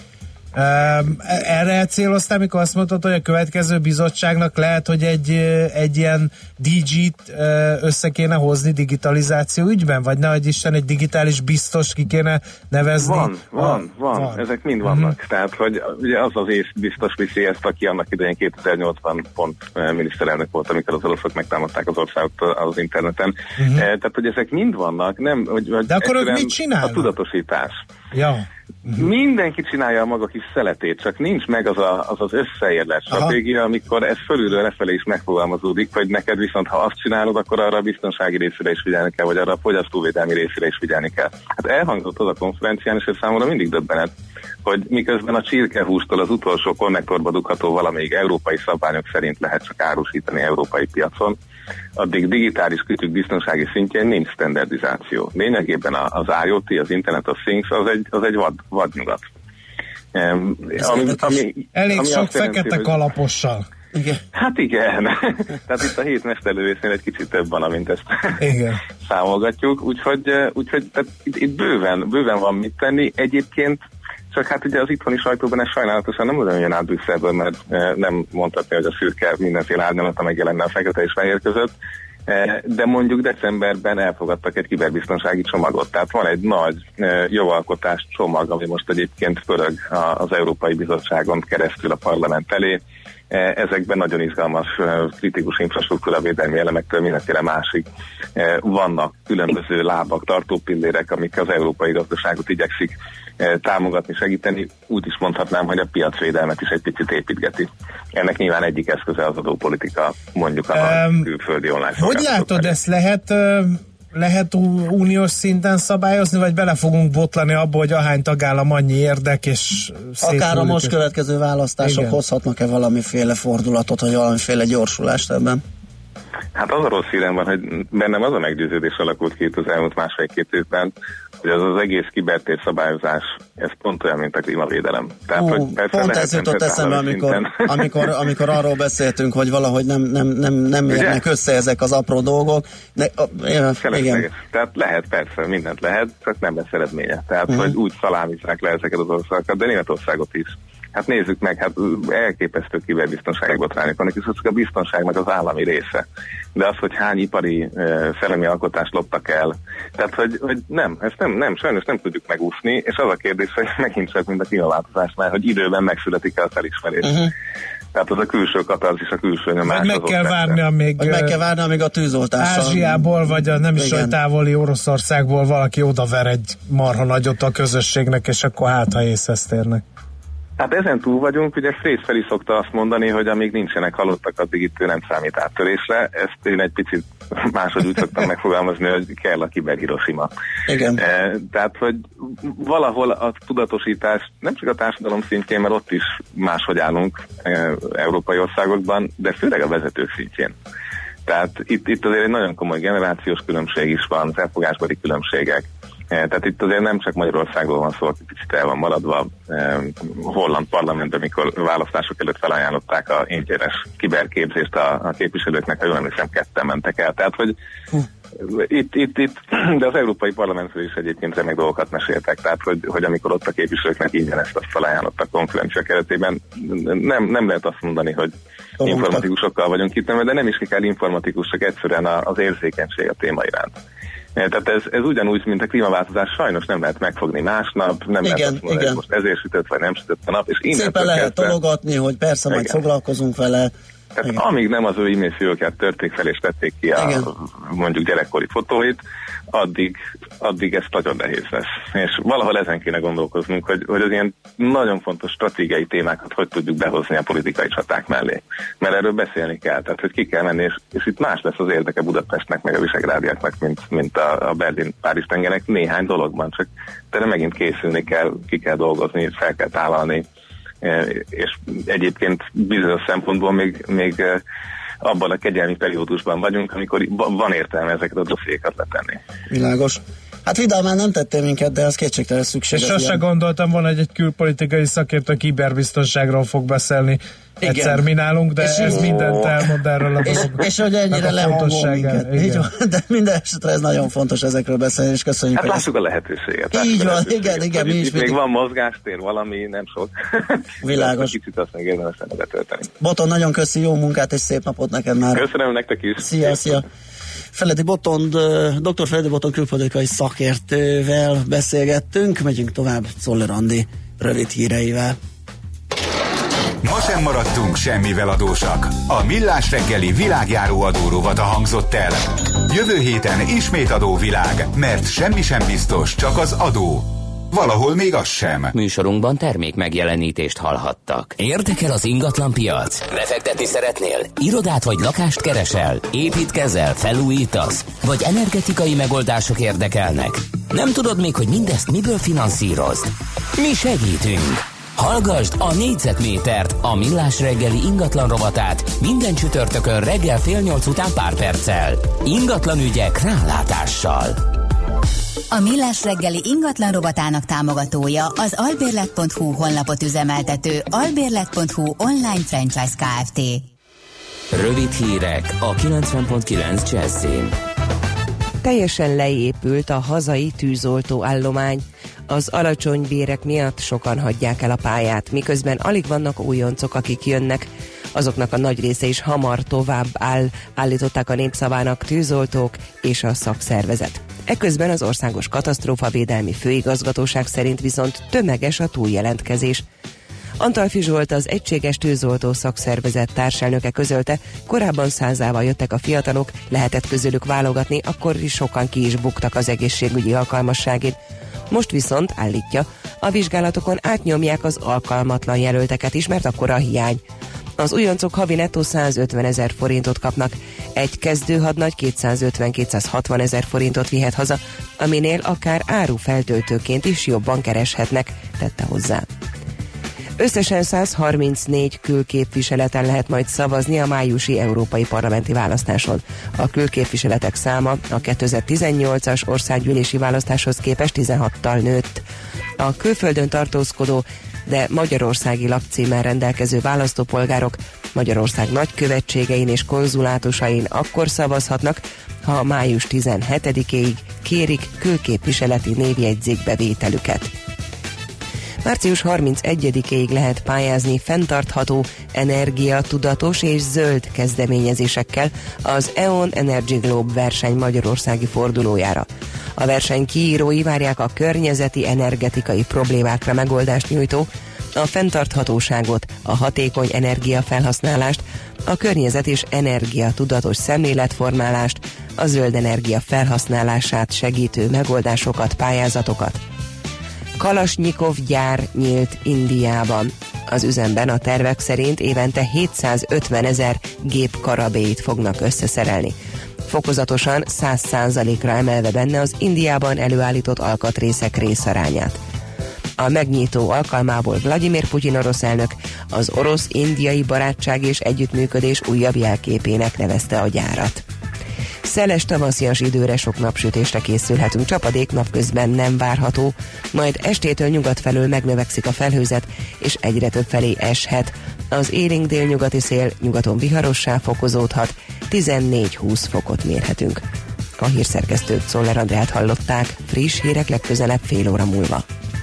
Erre elcéloztál, amikor azt mondtad, hogy a következő bizottságnak lehet, hogy egy, egy ilyen dé gét össze kéne hozni digitalizáció ügyben? Vagy nehogy Isten egy digitális biztos ki kéne nevezni? Van, van, van. van. Ezek mind vannak. Uh-huh. Tehát, hogy ugye az az ész biztos viszi ezt, aki annak idején kétezer-nyolcban pont miniszterelnök volt, amikor az oroszok megtámadták az országot az interneten. Uh-huh. Tehát, hogy ezek mind vannak. Nem, hogy, de akkor ők mit csinálnak? A tudatosítás. Ja. Uh-huh. Mindenki csinálja a maga kis szeletét, csak nincs meg az a, az, az összeérlet stratégia, amikor ez fölülről lefelé is megfogalmazódik, hogy neked viszont ha azt csinálod, akkor arra a biztonsági részére is figyelni kell, vagy arra a fogyasztóvédelmi részére is figyelni kell. Hát elhangzott az a konferencián, és ez számomra mindig döbbenet, hogy miközben a csirkehústól az utolsó konnektorba dugható valamelyik európai szabványok szerint lehet csak árusítani európai piacon, addig digitális kütyük biztonsági szintjén nincs standardizáció. Lényegében az IoT, az Internet of Things, az egy, az egy vad, vadnyugat. Um, ami, ami, Elég ami sok fekete jelenti, kalapossal. Igen. Hát igen. Tehát itt a hét mesterlövésznél egy kicsit több van, amint ezt igen. számolgatjuk. Úgyhogy, úgyhogy tehát itt, itt bőven, bőven van mit tenni. Egyébként csak hát ugye az itthoni sajtóban ez sajnálatosan nem olyan jön át Brüsszelből, mert nem mondhatni, hogy a szürke mindenféle árnyalata megjelenne a fekete és fehér között, de mondjuk decemberben elfogadtak egy kiberbiztonsági csomagot. Tehát van egy nagy jogalkotás csomag, ami most egyébként pörög az Európai Bizottságon keresztül a parlament elé. Ezekben nagyon izgalmas, kritikus infrastruktúra védelmi elemektől mindenféle másik vannak különböző lábak, tartópillérek, amik az európai gazdaságot igyekszik támogatni, segíteni. Úgy is mondhatnám, hogy a piacvédelmet is egy picit építgeti. Ennek nyilván egyik eszköze az adópolitika, mondjuk a um, külföldi online hogy látod, ezt lehet, lehet uniós szinten szabályozni, vagy bele fogunk botlani abba, hogy ahány tagállam annyi érdek, és akár a most következő választások igen. hozhatnak-e valamiféle fordulatot, vagy valamiféle gyorsulást ebben? Hát az a rossz hírem van, hogy bennem az a meggyőződés alakult ki itt az elmúlt másfél-két évben, hogy az az egész kibertér szabályozás, ez pont olyan, mint a klímavédelem. Tehát, Ó, hogy pont ez jutott eszembe, amikor, amikor, amikor arról beszéltünk, hogy valahogy nem, nem, nem, nem érnek össze ezek az apró dolgok. De, uh, igen. Tehát lehet, persze, mindent lehet, csak nem lesz eredménye. Tehát, uh-huh. hogy úgy szalámizzák le ezeket az országokat, de Németországot is. Hát nézzük meg, hát elképesztő kiberbiztonsági botrányok vannak, és az a biztonságnak az állami része. De az, hogy hány ipari uh, szellemi alkotást loptak el, tehát, hogy, hogy nem, ezt nem, nem, sajnos nem tudjuk megúszni, és az a kérdés, hogy megint csak, mint a klímaváltozásnál, hogy időben megszületik-e a felismerés. Uh-huh. Tehát az a külső katarzis, a külső nyomás. Vagy meg kell várni, amíg, meg kell várni, amíg a tűzoltással. Ázsiából, vagy a nem is olyan távoli Oroszországból valaki odaver egy marha nagyot a közösségnek, és akkor hát, ha észhez térnek. Hát ezen túl vagyunk, ugye Frész Feli szokta azt mondani, hogy amíg nincsenek halottak, addig itt ő nem számít áttörésre. Ezt én egy picit máshogy úgy szoktam megfogalmazni, hogy kell a kiber Hiroshima. Igen. E, tehát, hogy valahol a tudatosítás nem csak a társadalom szintjén, mert ott is máshogy állunk e, európai országokban, de főleg a vezetők szintjén. Tehát itt, itt azért egy nagyon komoly generációs különbség is van, felfogásbeli különbségek. Tehát itt azért nem csak Magyarországról van szó, aki picit el van maradva. Holland parlamentben, mikor választások előtt felajánlották a ingyenes kiberképzést a, a képviselőknek, ha jól emlékszem, ketten mentek el. Tehát, hogy itt, itt, itt, de az Európai Parlamentről is egyébként remek dolgokat meséltek, tehát, hogy, hogy amikor ott a képviselőknek ingyen ezt azt felajánlottak konferencia keretében, nem, nem lehet azt mondani, hogy informatikusokkal vagyunk itt, de nem is kell informatikus, csak egyszerűen az érzékenység a téma iránt. Tehát ez, ez ugyanúgy, mint a klímaváltozás, sajnos nem lehet megfogni másnap, nem igen, lehet azt mondani, hogy most ezért sütött, vagy nem sütött a nap. És szépen lehet kezdve, tologatni, hogy persze igen. majd foglalkozunk vele. Tehát igen. amíg nem az ő e-mail fiókját törték fel és tették ki a mondjuk gyerekkori fotóit, addig, addig ez nagyon nehéz lesz. És valahol ezen kéne gondolkoznunk, hogy, hogy az ilyen nagyon fontos stratégiai témákat hogy tudjuk behozni a politikai csaták mellé. Mert erről beszélni kell, tehát hogy ki kell menni, és, és itt más lesz az érdeke Budapestnek, meg a Visegrádiaknak, mint, mint a, a Berlin-Párizs tengernek néhány dologban, csak de megint készülni kell, ki kell dolgozni, fel kell tálalni, és egyébként bizonyos szempontból még, még abban a kegyelmi periódusban vagyunk, amikor van értelme ezeket a dossziékat letenni. Világos. Hát vidámán nem tettél minket, de az kétségtelen szükség. És sose ilyen... gondoltam volna, hogy egy külpolitikai szakértő kiberbiztonságról fog beszélni. Igen. Egyszer mi nálunk, de és ez mindent elmond erről a dologról. És, és hogy ennyire lehangol minket. Így van, de minden esetre ez nagyon fontos ezekről beszélni, és köszönjük. Hát lássuk a lehetőséget. Így van, igen, igen. Mi is még van mozgástér, valami, nem sok. Világos. Kicsit azt meg érdemes lenne betölteni. Botond, nagyon köszi, jó munkát és szép napot neked már. Köszönöm nektek is. Szia, szia. Feledi Botond, dr. Feledi Botond külpolitikai szakértővel beszélgettünk, megyünk tovább Czoller Andi rövid híreivel. Ma sem maradtunk semmivel adósak. A Millás reggeli világjáró adórovata hangzott el. Jövő héten ismét adóvilág, mert semmi sem biztos, csak az adó. Valahol még az sem. Műsorunkban termék megjelenítést hallhattak. Érdekel az ingatlan piac? Befektetni szeretnél? Irodát vagy lakást keresel? Építkezel? Felújítasz? Vagy energetikai megoldások érdekelnek? Nem tudod még, hogy mindezt miből finanszírozd? Mi segítünk! Hallgasd a Négyzetmétert, a Millás reggeli ingatlan rovatát minden csütörtökön reggel fél nyolc után pár perccel. Ingatlan ügyek rálátással. A Millás reggeli ingatlan rovatának támogatója az albérlet pont hu honlapot üzemeltető albérlet pont hu online franchise Kft. Rövid hírek a kilencven pont kilenc Jazzin. Teljesen leépült a hazai tűzoltó állomány. Az alacsony bérek miatt sokan hagyják el a pályát, miközben alig vannak újoncok, akik jönnek. Azoknak a nagy része is hamar tovább áll, állították a Népszavának tűzoltók és a szakszervezet. Eközben az Országos Katasztrófavédelmi Főigazgatóság szerint viszont tömeges a túljelentkezés. Antalfi Zsolt, az Egységes Tűzoltó Szakszervezet társelnöke közölte, korábban százával jöttek a fiatalok, lehetett közülük válogatni, akkor is sokan ki is buktak az egészségügyi alkalmasságén. Most viszont, állítja, a vizsgálatokon átnyomják az alkalmatlan jelölteket is, mert akkora a hiány. Az újoncok havi nettó százötven ezer forintot kapnak, egy kezdőhadnagy kétszázötven-kétszázhatvan ezer forintot vihet haza, aminél akár árufeltöltőként is jobban kereshetnek, tette hozzá. Összesen száz harmincnégy külképviseleten lehet majd szavazni a májusi európai parlamenti választáson. A külképviseletek száma a kétezer-tizennyolcas országgyűlési választáshoz képest tizenhattal nőtt. A külföldön tartózkodó, de magyarországi lakcímmel rendelkező választópolgárok Magyarország nagykövetségein és konzulátusain akkor szavazhatnak, ha május tizenhetedikéig kérik külképviseleti névjegyzék bevételüket. március harmincegyedikéig lehet pályázni fenntartható, energiatudatos és zöld kezdeményezésekkel az e on Energy Globe verseny magyarországi fordulójára. A verseny kiírói várják a környezeti energetikai problémákra megoldást nyújtó, a fenntarthatóságot, a hatékony energiafelhasználást, a környezet és energiatudatos szemléletformálást, a zöld energia felhasználását segítő megoldásokat, pályázatokat. Kalasnyikov gyár nyílt Indiában. Az üzemben a tervek szerint évente hétszázötven ezer gép karabélyt fognak összeszerelni. Fokozatosan száz százalékra emelve benne az Indiában előállított alkatrészek részarányát. A megnyitó alkalmából Vladimir Putyin orosz elnök az orosz-indiai barátság és együttműködés újabb jelképének nevezte a gyárat. Szeles tavaszias időre, sok napsütésre készülhetünk, csapadék napközben nem várható, majd estétől nyugat felől megnövekszik a felhőzet, és egyre több felé eshet. Az élénk délnyugati szél nyugaton viharossá fokozódhat, tizennégy-húsz fokot mérhetünk. A hírszerkesztőt, Szoller Andrát hallották, friss hírek legközelebb fél óra múlva.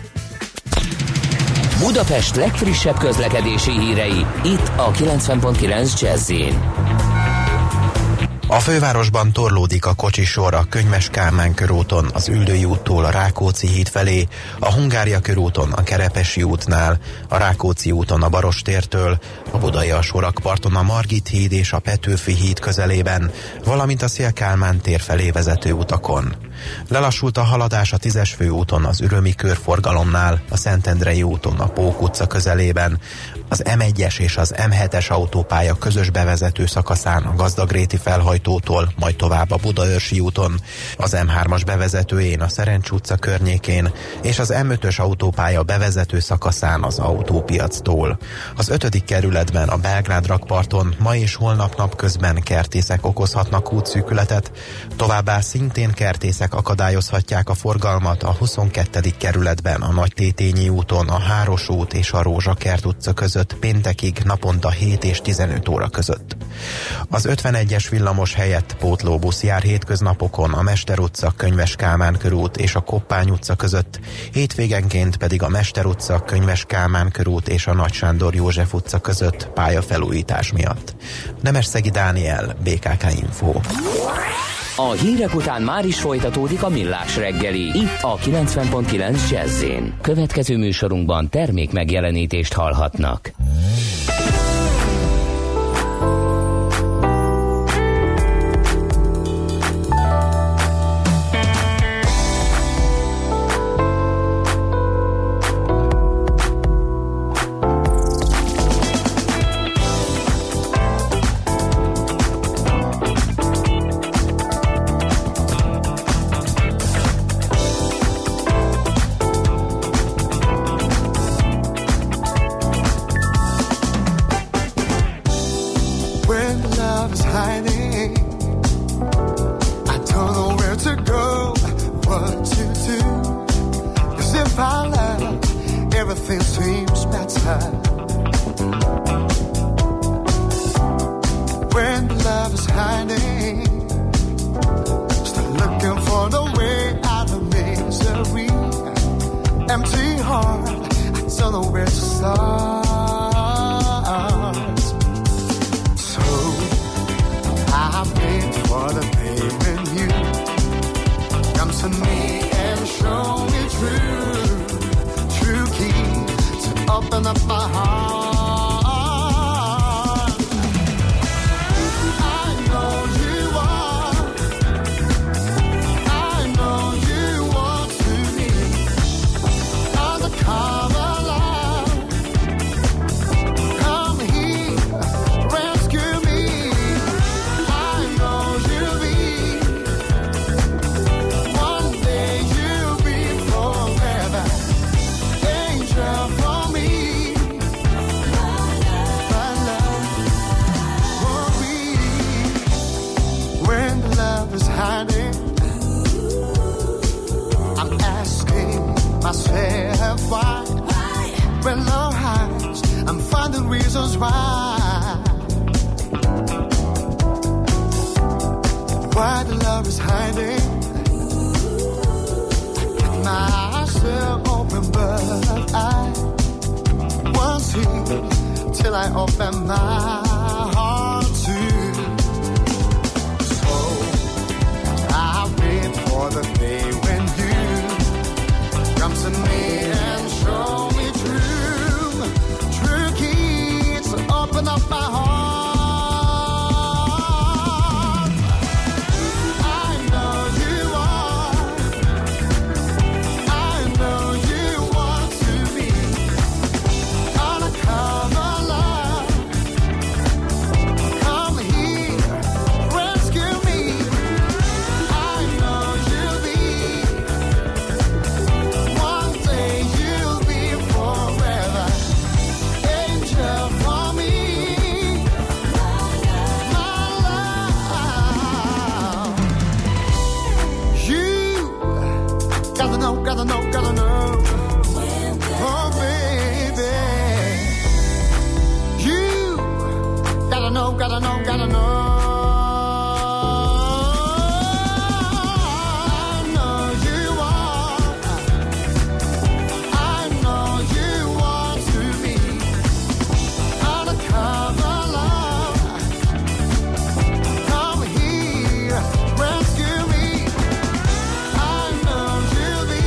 Budapest legfrissebb közlekedési hírei, itt a kilencven pont kilenc Jazz-in. A fővárosban torlódik a kocsisor a Könyves Kálmán körúton, az Üldői úttól a Rákóczi híd felé, a Hungária körúton a Kerepesi útnál, a Rákóczi úton a Barostértől, a Budai alsórakparton a Margit híd és a Petőfi híd közelében, valamint a Széll-Kálmán tér felé vezető utakon. Lelassult a haladás a tízes főúton az Ürömi körforgalomnál, a Szentendrei úton a Pók utca közelében, az em egyes és az em hetes autópálya közös bevezető szakaszán a Gazdagréti felhajtótól, majd tovább a Budaörsi úton, az em hármas bevezetőjén a Szerencs utca környékén, és az em ötös autópálya bevezető szakaszán az Autópiactól. Az ötödik kerületben a Belgrád rakparton ma és holnap napközben kertészek okozhatnak útszűkületet, továbbá szintén kertészek akadályozhatják a forgalmat a huszonkettedik kerületben a Nagytétényi úton, a Háros út és a Rózsakert utca között péntekig naponta hét és tizenöt óra között. Az ötvenegyes villamos helyett pótlóbusz jár hétköznapokon a Mester utca, Könyves Kálmán körút és a Koppány utca között, hétvégenként pedig a Mester utca, Könyves Kálmán körút és a Nagy Sándor József utca között pályafelújítás miatt. Nemesszegi Dániel, bé ká ká Info. A hírek után már is folytatódik a Millás reggeli, itt a kilencven pont kilenc Jazz-in. Következő műsorunkban termék megjelenítést hallhatnak. myself why, when love hides, I'm finding reasons why, why the love is hiding. Myself open, but I won't see till I open my heart to. So I wait for the day when you come to me and show me true, true keys to open up my heart. Gotta know, gotta know, oh baby, you gotta know, gotta know, gotta know. I know you want, I know you want to be undercover love. Come here, rescue me. I know you'll be.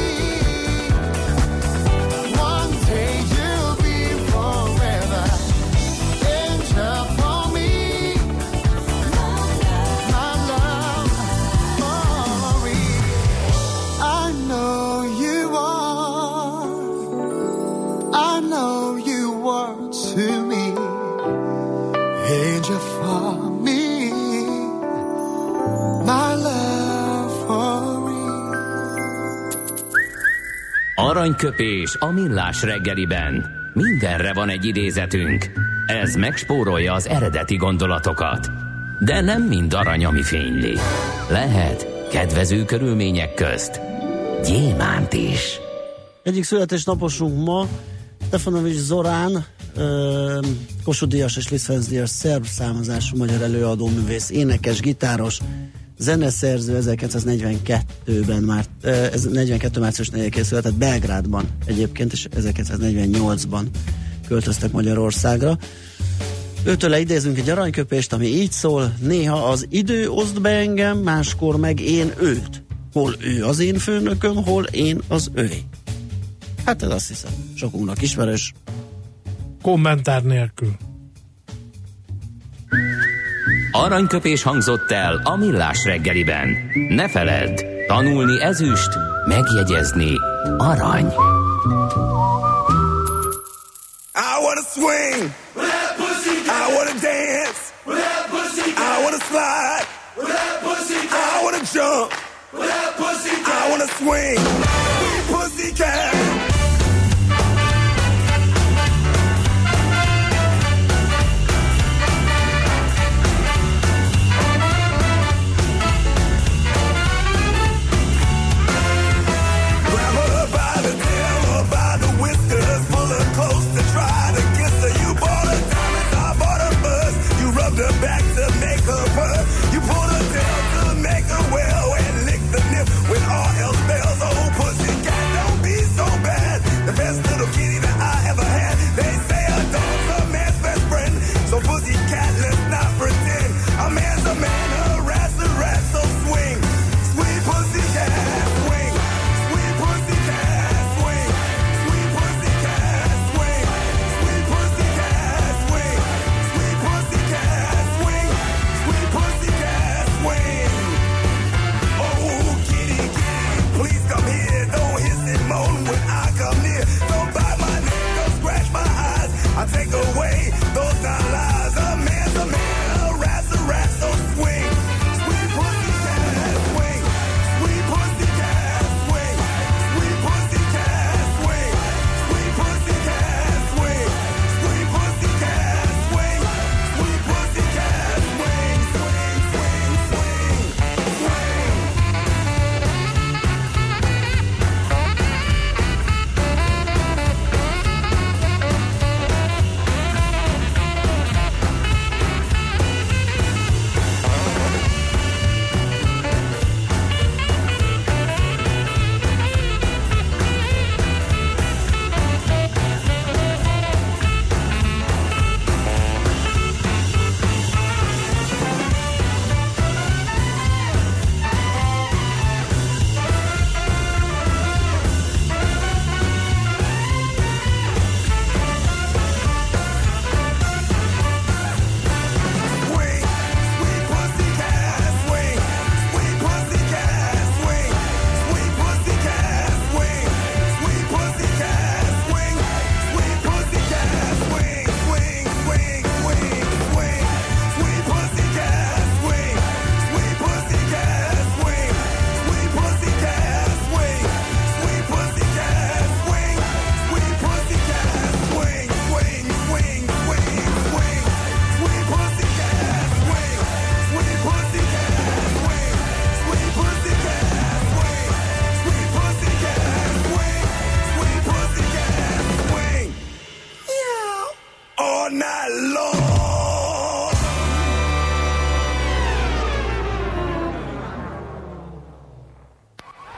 Aranyköpés a millás reggeliben. Mindenre van egy idézetünk. Ez megspórolja az eredeti gondolatokat. De nem mind arany, ami fényli. Lehet kedvező körülmények közt gyémánt is. Egyik születésnaposunk ma Stefanovics Zorán, Kossuth Díjas és Liszt Ferenc Díjas szerb származású magyar előadó, művész, énekes, gitáros, zeneszerző, ezerkilencszáznegyvenkettőben már, ez negyvenkettő március negyedikén született Belgrádban egyébként, és ezerkilencszáznegyvennyolcban költöztek Magyarországra. Őtőle idézünk egy aranyköpést, ami így szól: néha az idő oszt be engem, máskor meg én őt. Hol ő az én főnököm, hol én az ővé. Hát ez azt hiszem sokunknak ismerős. Kommentár nélkül. Aranyköpés hangzott el a millás reggeliben. Ne feledd, tanulni ezüst, megjegyezni arany. I wanna swing, I wanna dance, I wanna slide, I wanna jump, I wanna swing, pussycat. Back to make her purr. You pull her tail to make her well and lick the nip when all else fails. Oh, pussycat, don't be so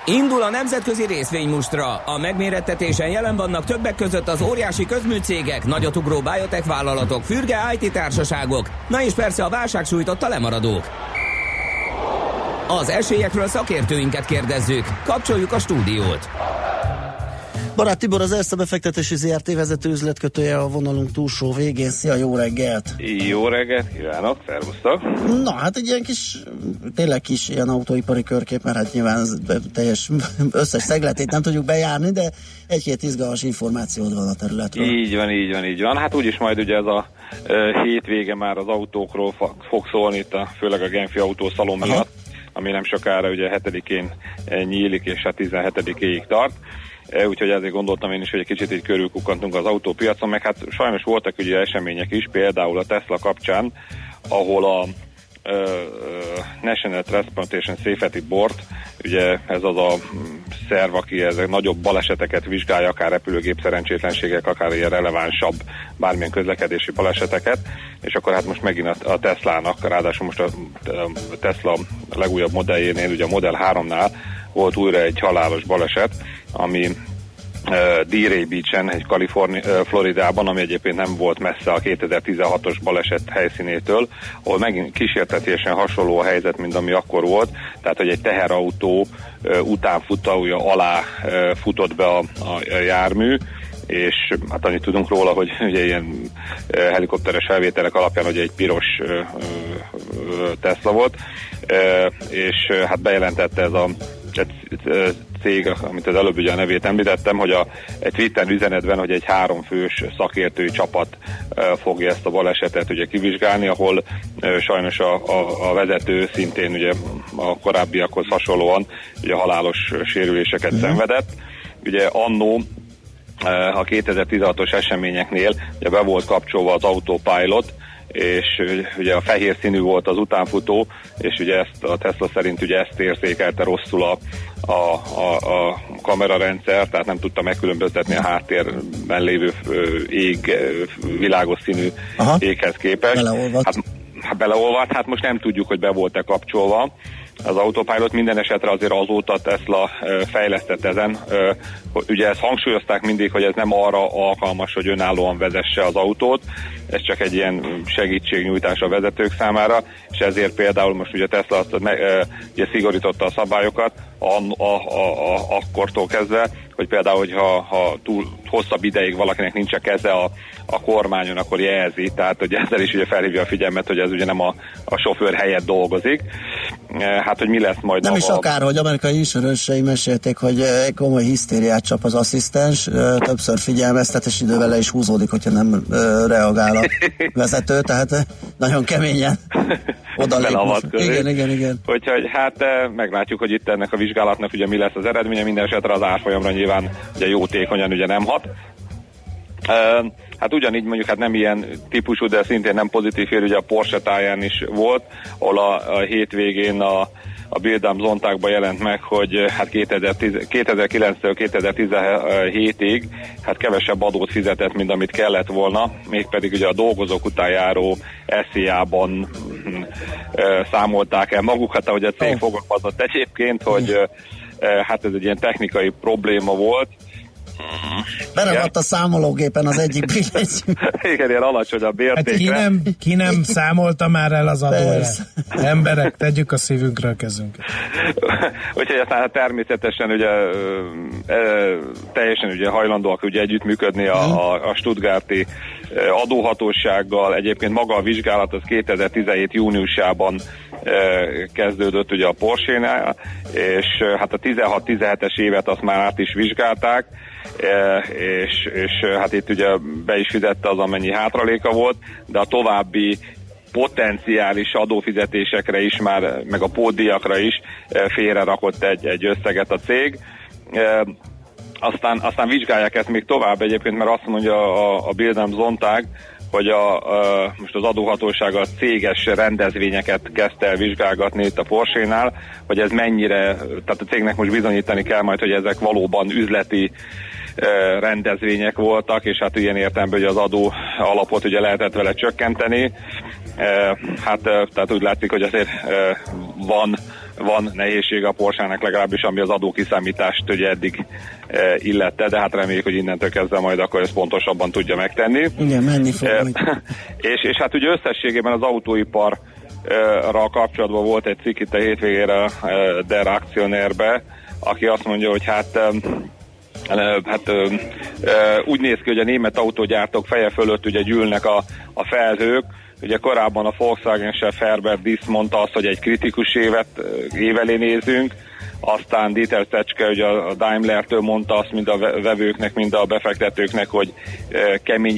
Indul a nemzetközi részvénymustra. A megmérettetésen jelen vannak többek között az óriási közműcégek, nagyotugró biotech vállalatok, fürge i té társaságok, na és persze a válság sújtotta lemaradók. Az esélyekről szakértőinket kérdezzük. Kapcsoljuk a stúdiót. Barát Tibor, az Erste Befektetési zé er té vezető üzletkötője a vonalunk túlsó végén. Szia, jó reggelt! Jó reggelt kívánok, szervusztok! Na, hát egy ilyen kis, tényleg kis ilyen autóipari körkép, mert hát nyilván teljes összes szegletét nem tudjuk bejárni, de egy-két izgalmas információd van a területről. Így van, így van, így van. Hát úgyis majd ugye ez a uh, hétvége már az autókról fog szólni, itt a, főleg a Genfi autószalon miatt, ami nem sokára ugye hetedikén nyílik, és hát tizenhetedikéig tart. Úgyhogy ezért gondoltam én is, hogy egy kicsit így körülkukkantunk az autópiacon, meg hát sajnos voltak ugye események is, például a Tesla kapcsán, ahol a uh, National Transportation Safety Board, ugye ez az a szerv, aki ezek nagyobb baleseteket vizsgálja, akár repülőgép szerencsétlenségek, akár ilyen relevánsabb bármilyen közlekedési baleseteket, és akkor hát most megint a, a Teslának, ráadásul most a, a Tesla legújabb modelljénél, ugye a Model háromnál volt újra egy halálos baleset, ami uh, D-Ray Beach-en, egy Kaliforni- uh, Floridában, ami egyébként nem volt messze a kétezer-tizenhatos baleset helyszínétől, ahol megint kísértetésen hasonló a helyzet, mint ami akkor volt, tehát hogy egy teherautó uh, utánfutója alá uh, futott be a, a, a jármű, és hát annyit tudunk róla, hogy ugye ilyen uh, helikopteres felvételek alapján, hogy egy piros uh, uh, Tesla volt, uh, és uh, hát bejelentette ez a cég, amit az előbb ugye a nevét említettem, hogy a, egy Twitter üzenetben, hogy egy háromfős szakértői csapat e, fogja ezt a balesetet ugye kivizsgálni, ahol e, sajnos a, a, a vezető szintén ugye a korábbiakhoz hasonlóan ugye halálos sérüléseket mm. szenvedett. Ugye annó e, a kétezer-tizenhatos eseményeknél ugye be volt kapcsolva az Autopilot, és ugye a fehér színű volt az utánfutó, és ugye ezt a Tesla szerint ugye ezt érzékelte rosszul a, a, a, a kamerarendszer, tehát nem tudta megkülönböztetni a háttérben lévő ég, világos színű Aha. éghez képest. Beleolvadt. Hát, hát beleolvadt, hát most nem tudjuk, hogy be volt-e kapcsolva az Autopilot, minden esetre azért azóta Tesla fejlesztett ezen. Ugye ezt hangsúlyozták mindig, hogy ez nem arra alkalmas, hogy önállóan vezesse az autót, ez csak egy ilyen segítségnyújtás a vezetők számára, és ezért például most ugye Tesla azt, ugye szigorította a szabályokat a, a, a, a, akkortól kezdve, hogy például, hogyha ha túl hosszabb ideig valakinek nincs a keze a, a kormányon, akkor jelzi, tehát hogy ezzel is ugye felhívja a figyelmet, hogy ez ugye nem a, a sofőr helyett dolgozik. Hát, hogy mi lesz majd nem a... is akár, hogy amerikai ismerősei mesélték, hogy komoly hisztériát csap az asszisztens, többször figyelmeztet, és idővel le is húzódik, hogyha nem reagál a vezető, tehát nagyon keményen odalép. Igen, igen, igen. Úgyhogy hát meglátjuk, hogy itt ennek a vizsgálatnak ugye mi lesz az eredménye, minden esetre az árfolyamra nyilván ugye jótékonyan ugye nem hat. Hát ugyanígy mondjuk hát nem ilyen típusú, de szintén nem pozitív hír, ugye a Porsche táján is volt, ahol a, a hétvégén a, a Bild am Sonntagban jelent meg, hogy hát kétezer-kilenctől kétezer-tizenhétig hát kevesebb adót fizetett, mint amit kellett volna, mégpedig ugye a dolgozók után járó es zé á-ban e, számolták el magukat, ahogy a cég fogalmazott egyébként, hogy e, hát ez egy ilyen technikai probléma volt. Beragadt a számológépen az egyik billentyű. Igen, ilyen alacsonyabb értékre. Hát ki nem, ki nem számolta már el az adóját? Emberek, tegyük a szívünkre a kezünket. Úgyhogy aztán természetesen ugye e, teljesen ugye hajlandóak ugye együttműködni a, a, a stuttgarti adóhatósággal. Egyébként maga a vizsgálat az kétezer-tizenhét júniusában e, kezdődött ugye a Porsche-nál, és hát a tizenhat-tizenhetes évet azt már át is vizsgálták, e, és, és hát itt ugye be is fizette az, amennyi hátraléka volt, de a további potenciális adófizetésekre is már, meg a pótdíjakra is félre rakott egy, egy összeget a cég. E, aztán, aztán vizsgálják ezt még tovább egyébként, mert azt mondja a, a Bild am Sonntag, hogy a, a, most az adóhatóság a céges rendezvényeket kezdte el vizsgálgatni itt a Porsche-nál, hogy ez mennyire, tehát a cégnek most bizonyítani kell majd, hogy ezek valóban üzleti e, rendezvények voltak, és hát ilyen értelemben, hogy az adó alapot ugye lehetett vele csökkenteni. E, hát e, tehát úgy látszik, hogy azért e, van van nehézsége a Porsche-nak, legalábbis ami az adókiszámítást ugye eddig e, illette, de hát reméljük, hogy innentől kezdve majd akkor ezt pontosabban tudja megtenni. Igen, menni fog e, majd. és, és hát ugye összességében az autóiparral kapcsolatban volt egy cikk itt a hétvégére e, Der Aktionärbe, aki azt mondja, hogy hát e, hát ö, ö, úgy néz ki, hogy a német autógyártók feje fölött ugye gyűlnek a, a felhők. Ugye korábban a Volkswagen-chef Herbert Diess mondta azt, hogy egy kritikus évet évelé nézünk, aztán Dieter Zetsche ugye a Daimlertől mondta azt mind a vevőknek, mind a befektetőknek, hogy kemény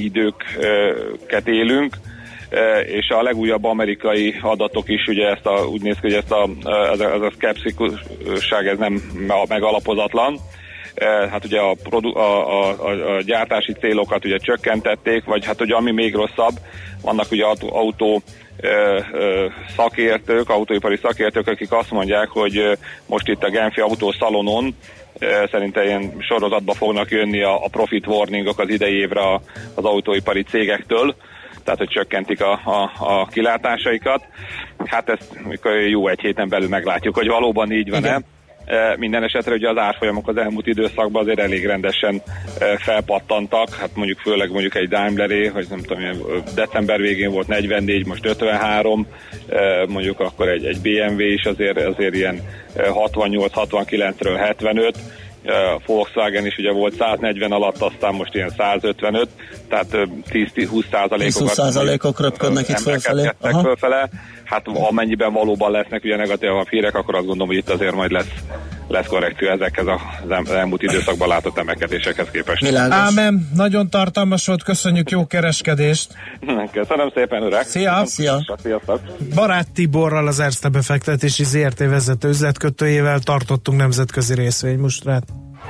időket élünk, és a legújabb amerikai adatok is ugye ezt a, úgy néz ki, hogy ezt a, ez a, ez a szkepszikusság ez nem megalapozatlan. Hát ugye a, produ- a, a, a, a gyártási célokat ugye csökkentették, vagy hát ugye ami még rosszabb, vannak ugye autó, autó ö, ö, szakértők, autóipari szakértők, akik azt mondják, hogy ö, most itt a Genfi autószalonon ö, szerintem ilyen sorozatba fognak jönni a, a profit warningok az idei évre az autóipari cégektől, tehát hogy csökkentik a, a, a kilátásaikat. Hát ezt jó egy héten belül meglátjuk, hogy valóban így van-e. Igen. Minden esetre ugye az árfolyamok az elmúlt időszakban azért elég rendesen felpattantak, hát mondjuk főleg mondjuk egy Daimleré, hogy nem tudom, december végén volt negyvennégy, most ötvenhárom, mondjuk akkor egy, egy bé em vé is azért, azért ilyen hatvannyolc hatvankilencről hetvenöt, a Volkswagen is ugye volt száznegyven alatt, aztán most ilyen százötvenöt, tehát tíz-húsz százalékok röpködnek itt fölfelé. fölfele. Hát amennyiben valóban lesznek ugye negatívabb hírek, akkor azt gondolom, hogy itt azért majd lesz, lesz korrekció ezekhez az elmúlt időszakban látott emelkedésekhez képest. Világos. Ámen, nagyon tartalmas volt, köszönjük, jó kereskedést! Köszönöm szépen, öreg! Szia! Szia. Sziasztok! Barát Tiborral, az Erste befektetési zé er té vezető üzletkötőjével tartottunk nemzetközi részvénymustrát.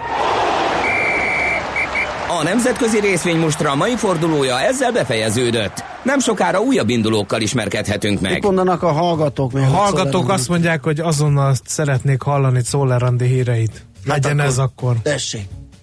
A nemzetközi részvénymustra mai fordulója ezzel befejeződött. Nem sokára újabb indulókkal ismerkedhetünk meg. Mit mondanak a hallgatók? A hallgatók azt mondják, hogy azonnal szeretnék hallani Czoller Andi híreit. Legyen hát ez akkor. Tessék.